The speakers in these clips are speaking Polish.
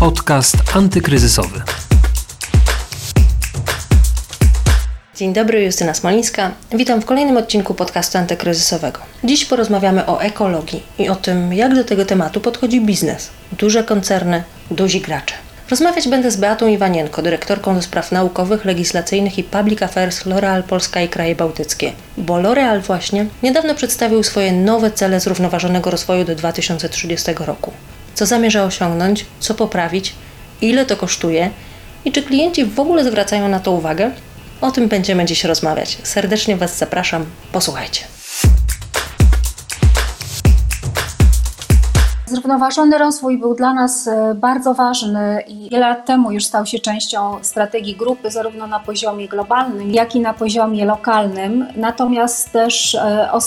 Podcast antykryzysowy. Dzień dobry, Justyna Smolińska. Witam w kolejnym odcinku podcastu antykryzysowego. Dziś porozmawiamy o ekologii i o tym, jak do tego tematu podchodzi biznes. Duże koncerny, duzi gracze. Rozmawiać będę z Beatą Iwanienko, dyrektorką do spraw naukowych, legislacyjnych i public affairs L'Oréal Polska i kraje bałtyckie. Bo L'Oréal właśnie niedawno przedstawił swoje nowe cele zrównoważonego rozwoju do 2030 roku. Co zamierza osiągnąć, co poprawić, ile to kosztuje i czy klienci w ogóle zwracają na to uwagę? O tym będziemy dziś rozmawiać. Serdecznie Was zapraszam, posłuchajcie. Zrównoważony rozwój był dla nas bardzo ważny i wiele lat temu już stał się częścią strategii grupy, zarówno na poziomie globalnym, jak i na poziomie lokalnym. Natomiast też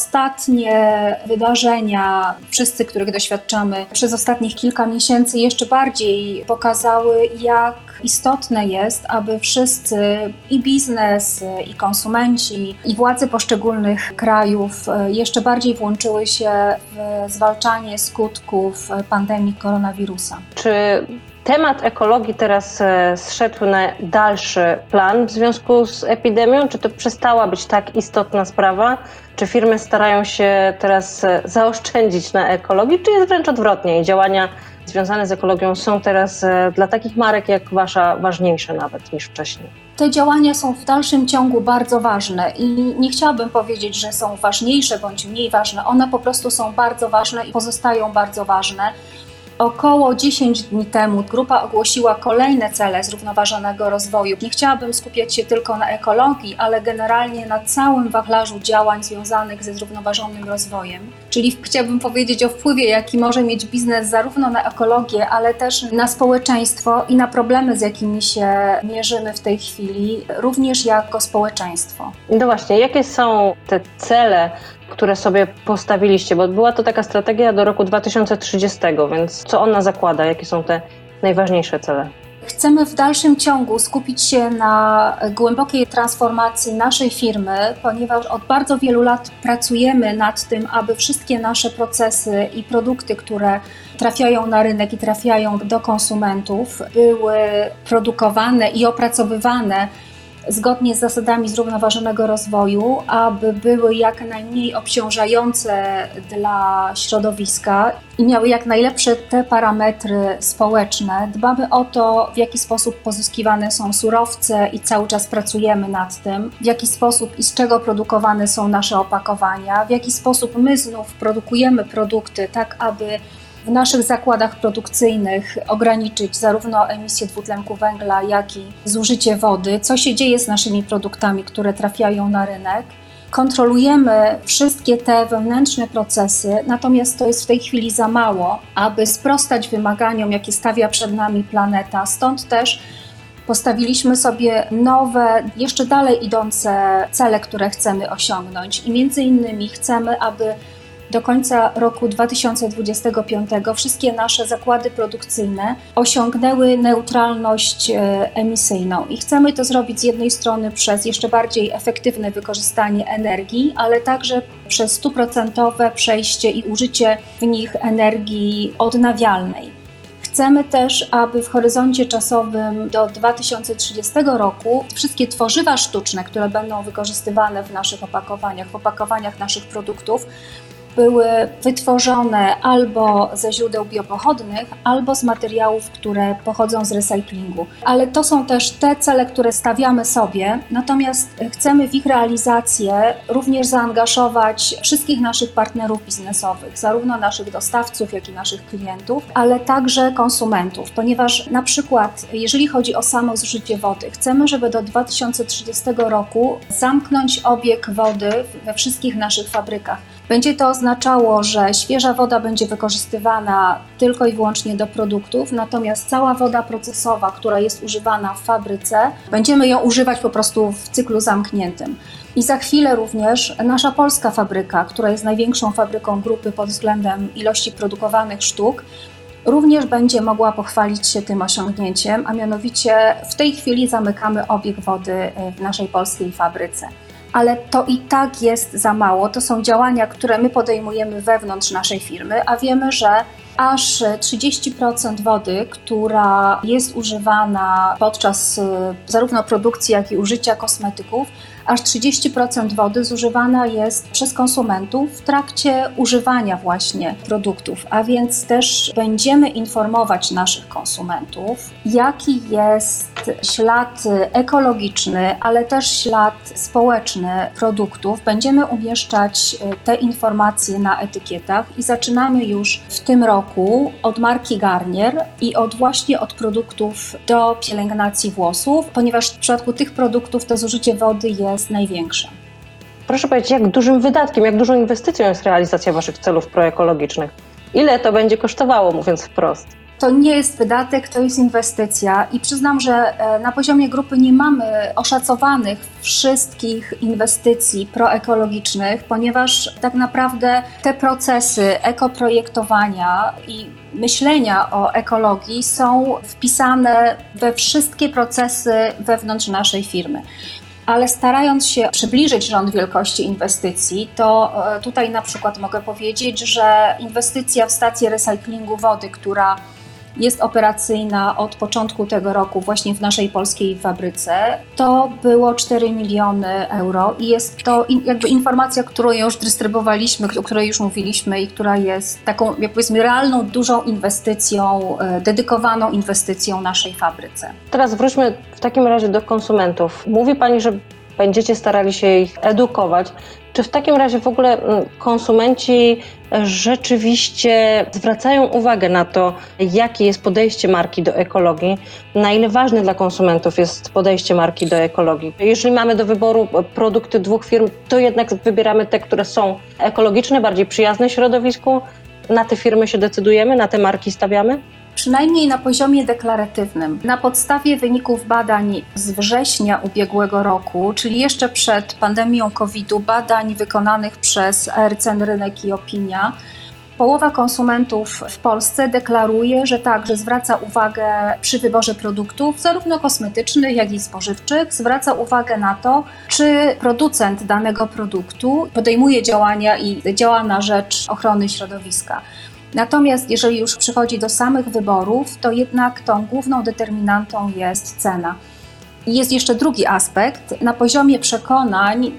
ostatnie wydarzenia, wszyscy, których doświadczamy przez ostatnich kilka miesięcy, jeszcze bardziej pokazały, jak istotne jest, aby wszyscy, i biznes, i konsumenci, i władze poszczególnych krajów jeszcze bardziej włączyły się w zwalczanie skutków pandemii koronawirusa. Czy temat ekologii teraz zszedł na dalszy plan w związku z epidemią? Czy to przestała być tak istotna sprawa? Czy firmy starają się teraz zaoszczędzić na ekologii? Czy jest wręcz odwrotnie i działania związane z ekologią są teraz dla takich marek jak Wasza ważniejsze nawet niż wcześniej? Te działania są w dalszym ciągu bardzo ważne i nie chciałabym powiedzieć, że są ważniejsze bądź mniej ważne. One po prostu są bardzo ważne i pozostają bardzo ważne. Około 10 dni temu grupa ogłosiła kolejne cele zrównoważonego rozwoju. Nie chciałabym skupiać się tylko na ekologii, ale generalnie na całym wachlarzu działań związanych ze zrównoważonym rozwojem. Czyli chciałabym powiedzieć o wpływie, jaki może mieć biznes zarówno na ekologię, ale też na społeczeństwo i na problemy, z jakimi się mierzymy w tej chwili, również jako społeczeństwo. No właśnie, jakie są te cele, które sobie postawiliście, bo była to taka strategia do roku 2030, więc co ona zakłada? Jakie są te najważniejsze cele? Chcemy w dalszym ciągu skupić się na głębokiej transformacji naszej firmy, ponieważ od bardzo wielu lat pracujemy nad tym, aby wszystkie nasze procesy i produkty, które trafiają na rynek i trafiają do konsumentów, były produkowane i opracowywane zgodnie z zasadami zrównoważonego rozwoju, aby były jak najmniej obciążające dla środowiska i miały jak najlepsze te parametry społeczne. Dbamy o to, w jaki sposób pozyskiwane są surowce i cały czas pracujemy nad tym, w jaki sposób i z czego produkowane są nasze opakowania, w jaki sposób my znów produkujemy produkty tak, aby w naszych zakładach produkcyjnych ograniczyć zarówno emisję dwutlenku węgla, jak i zużycie wody, co się dzieje z naszymi produktami, które trafiają na rynek. Kontrolujemy wszystkie te wewnętrzne procesy, natomiast to jest w tej chwili za mało, aby sprostać wymaganiom, jakie stawia przed nami planeta. Stąd też postawiliśmy sobie nowe, jeszcze dalej idące cele, które chcemy osiągnąć i między innymi chcemy, aby do końca roku 2025 wszystkie nasze zakłady produkcyjne osiągnęły neutralność emisyjną i chcemy to zrobić z jednej strony przez jeszcze bardziej efektywne wykorzystanie energii, ale także przez 100% przejście i użycie w nich energii odnawialnej. Chcemy też, aby w horyzoncie czasowym do 2030 roku wszystkie tworzywa sztuczne, które będą wykorzystywane w naszych opakowaniach, w opakowaniach naszych produktów, były wytworzone albo ze źródeł biopochodnych, albo z materiałów, które pochodzą z recyklingu. Ale to są też te cele, które stawiamy sobie, natomiast chcemy w ich realizację również zaangażować wszystkich naszych partnerów biznesowych, zarówno naszych dostawców, jak i naszych klientów, ale także konsumentów, ponieważ na przykład jeżeli chodzi o samo zużycie wody, chcemy, żeby do 2030 roku zamknąć obieg wody we wszystkich naszych fabrykach. Będzie to oznaczało, że świeża woda będzie wykorzystywana tylko i wyłącznie do produktów, natomiast cała woda procesowa, która jest używana w fabryce, będziemy ją używać po prostu w cyklu zamkniętym. I za chwilę również nasza polska fabryka, która jest największą fabryką grupy pod względem ilości produkowanych sztuk, również będzie mogła pochwalić się tym osiągnięciem, a mianowicie w tej chwili zamykamy obieg wody w naszej polskiej fabryce. ale to i tak jest za mało. To są działania, które my podejmujemy wewnątrz naszej firmy, a wiemy, że aż 30% wody, która jest używana podczas zarówno produkcji, jak i użycia kosmetyków, aż 30% wody zużywana jest przez konsumentów w trakcie używania właśnie produktów, a więc też będziemy informować naszych konsumentów, jaki jest ślad ekologiczny, ale też ślad społeczny produktów. Będziemy umieszczać te informacje na etykietach i zaczynamy już w tym roku od marki Garnier i właśnie od produktów do pielęgnacji włosów, ponieważ w przypadku tych produktów to zużycie wody jest największe. Proszę powiedzieć, jak dużym wydatkiem, jak dużą inwestycją jest realizacja Waszych celów proekologicznych? Ile to będzie kosztowało, mówiąc wprost? To nie jest wydatek, to jest inwestycja i przyznam, że na poziomie grupy nie mamy oszacowanych wszystkich inwestycji proekologicznych, ponieważ tak naprawdę te procesy ekoprojektowania i myślenia o ekologii są wpisane we wszystkie procesy wewnątrz naszej firmy. Ale starając się przybliżyć rząd wielkości inwestycji, to tutaj na przykład mogę powiedzieć, że inwestycja w stację recyklingu wody, która jest operacyjna od początku tego roku właśnie w naszej polskiej fabryce, to było 4 miliony euro i jest to jakby informacja, którą już dystrybuowaliśmy, o której już mówiliśmy i która jest taką, jak powiedzmy, realną, dużą inwestycją, dedykowaną inwestycją naszej fabryce. Teraz wróćmy w takim razie do konsumentów. Mówi Pani, że będziecie starali się ich edukować. Czy w takim razie w ogóle konsumenci rzeczywiście zwracają uwagę na to, jakie jest podejście marki do ekologii, na ile ważne dla konsumentów jest podejście marki do ekologii? Jeżeli mamy do wyboru produkty dwóch firm, to jednak wybieramy te, które są ekologiczne, bardziej przyjazne środowisku. Na te firmy się decydujemy, na te marki stawiamy? Przynajmniej na poziomie deklaratywnym. Na podstawie wyników badań z września ubiegłego roku, czyli jeszcze przed pandemią COVID-u, badań wykonanych przez ARCen Rynek i Opinia, połowa konsumentów w Polsce deklaruje, że tak, że zwraca uwagę przy wyborze produktów, zarówno kosmetycznych, jak i spożywczych, zwraca uwagę na to, czy producent danego produktu podejmuje działania i działa na rzecz ochrony środowiska. Natomiast jeżeli już przychodzi do samych wyborów, to jednak tą główną determinantą jest cena. I jest jeszcze drugi aspekt. Na poziomie przekonań,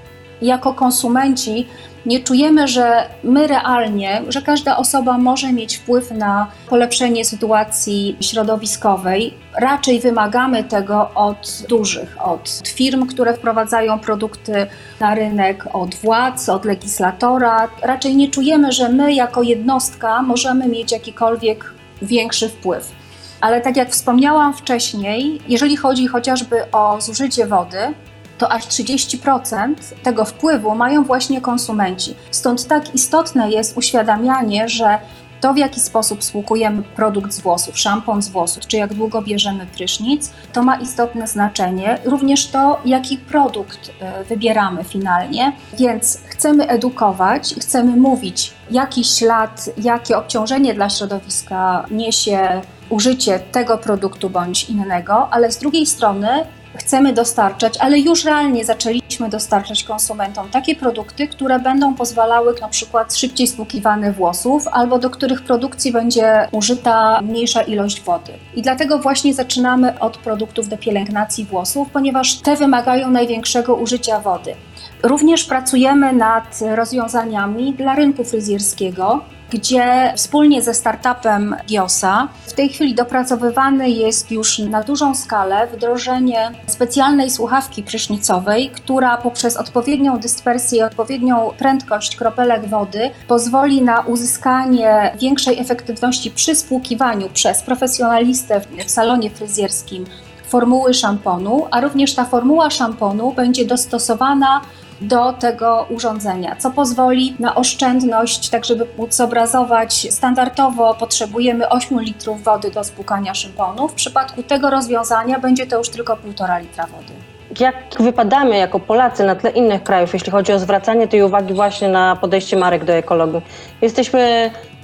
jako konsumenci, nie czujemy, że my realnie, że każda osoba może mieć wpływ na polepszenie sytuacji środowiskowej. Raczej wymagamy tego od dużych, od firm, które wprowadzają produkty na rynek, od władz, od legislatora. Raczej nie czujemy, że my jako jednostka możemy mieć jakikolwiek większy wpływ. Ale tak jak wspomniałam wcześniej, jeżeli chodzi chociażby o zużycie wody, to aż 30% tego wpływu mają właśnie konsumenci. Stąd tak istotne jest uświadamianie, że to, w jaki sposób spłukujemy produkt z włosów, szampon z włosów, czy jak długo bierzemy prysznic, to ma istotne znaczenie. Również to, jaki produkt wybieramy finalnie. Więc chcemy edukować, chcemy mówić, jaki ślad, jakie obciążenie dla środowiska niesie użycie tego produktu bądź innego, ale z drugiej strony chcemy dostarczać, ale już realnie zaczęliśmy dostarczać konsumentom takie produkty, które będą pozwalały na przykład szybciej spłukiwanie włosów albo do których produkcji będzie użyta mniejsza ilość wody. I dlatego właśnie zaczynamy od produktów do pielęgnacji włosów, ponieważ te wymagają największego użycia wody. Również pracujemy nad rozwiązaniami dla rynku fryzjerskiego, gdzie wspólnie ze startupem Giosa w tej chwili dopracowywane jest już na dużą skalę wdrożenie specjalnej słuchawki prysznicowej, która poprzez odpowiednią dyspersję i odpowiednią prędkość kropelek wody pozwoli na uzyskanie większej efektywności przy spłukiwaniu przez profesjonalistę w salonie fryzjerskim formuły szamponu, a również ta formuła szamponu będzie dostosowana do tego urządzenia, co pozwoli na oszczędność, tak żeby móc zobrazować. Standardowo potrzebujemy 8 litrów wody do spłukania szamponu. W przypadku tego rozwiązania będzie to już tylko 1,5 litra wody. Jak wypadamy jako Polacy na tle innych krajów, jeśli chodzi o zwracanie tej uwagi właśnie na podejście marek do ekologii? Jesteśmy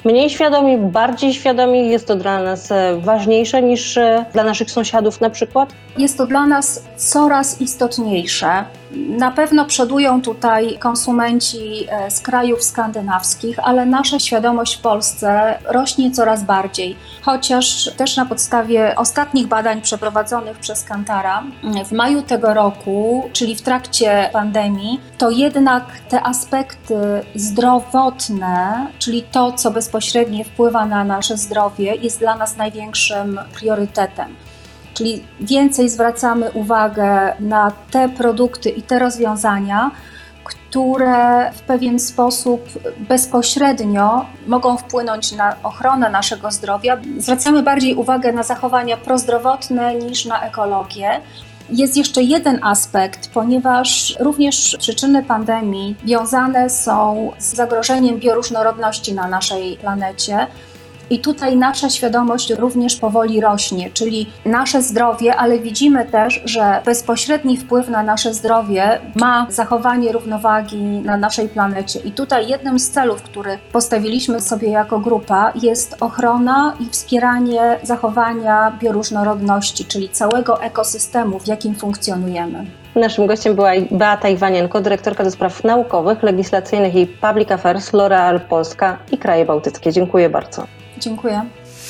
mniej świadomi, bardziej świadomi? Jest to dla nas ważniejsze niż dla naszych sąsiadów na przykład? Jest to dla nas coraz istotniejsze. Na pewno przodują tutaj konsumenci z krajów skandynawskich, ale nasza świadomość w Polsce rośnie coraz bardziej. Chociaż też na podstawie ostatnich badań przeprowadzonych przez Kantara w maju tego roku, czyli w trakcie pandemii, to jednak te aspekty zdrowotne, czyli to, co bezpośrednio wpływa na nasze zdrowie, jest dla nas największym priorytetem. Czyli więcej zwracamy uwagę na te produkty i te rozwiązania, które w pewien sposób bezpośrednio mogą wpłynąć na ochronę naszego zdrowia. Zwracamy bardziej uwagę na zachowania prozdrowotne niż na ekologię. Jest jeszcze jeden aspekt, ponieważ również przyczyny pandemii wiązane są z zagrożeniem bioróżnorodności na naszej planecie. I tutaj nasza świadomość również powoli rośnie, czyli nasze zdrowie, ale widzimy też, że bezpośredni wpływ na nasze zdrowie ma zachowanie równowagi na naszej planecie. I tutaj jednym z celów, który postawiliśmy sobie jako grupa, jest ochrona i wspieranie zachowania bioróżnorodności, czyli całego ekosystemu, w jakim funkcjonujemy. Naszym gościem była Beata Iwanienko, dyrektorka do spraw naukowych, legislacyjnych i Public Affairs L'Oréal Polska i kraje bałtyckie. Dziękuję bardzo. Dziękuję.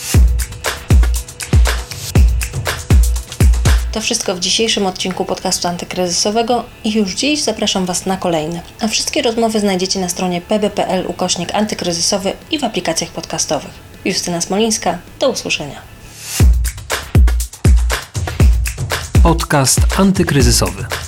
To wszystko w dzisiejszym odcinku podcastu antykryzysowego i już dziś zapraszam Was na kolejny. A wszystkie rozmowy znajdziecie na stronie pb.pl/antykryzysowy i w aplikacjach podcastowych. Justyna Smolińska, do usłyszenia. Podcast antykryzysowy.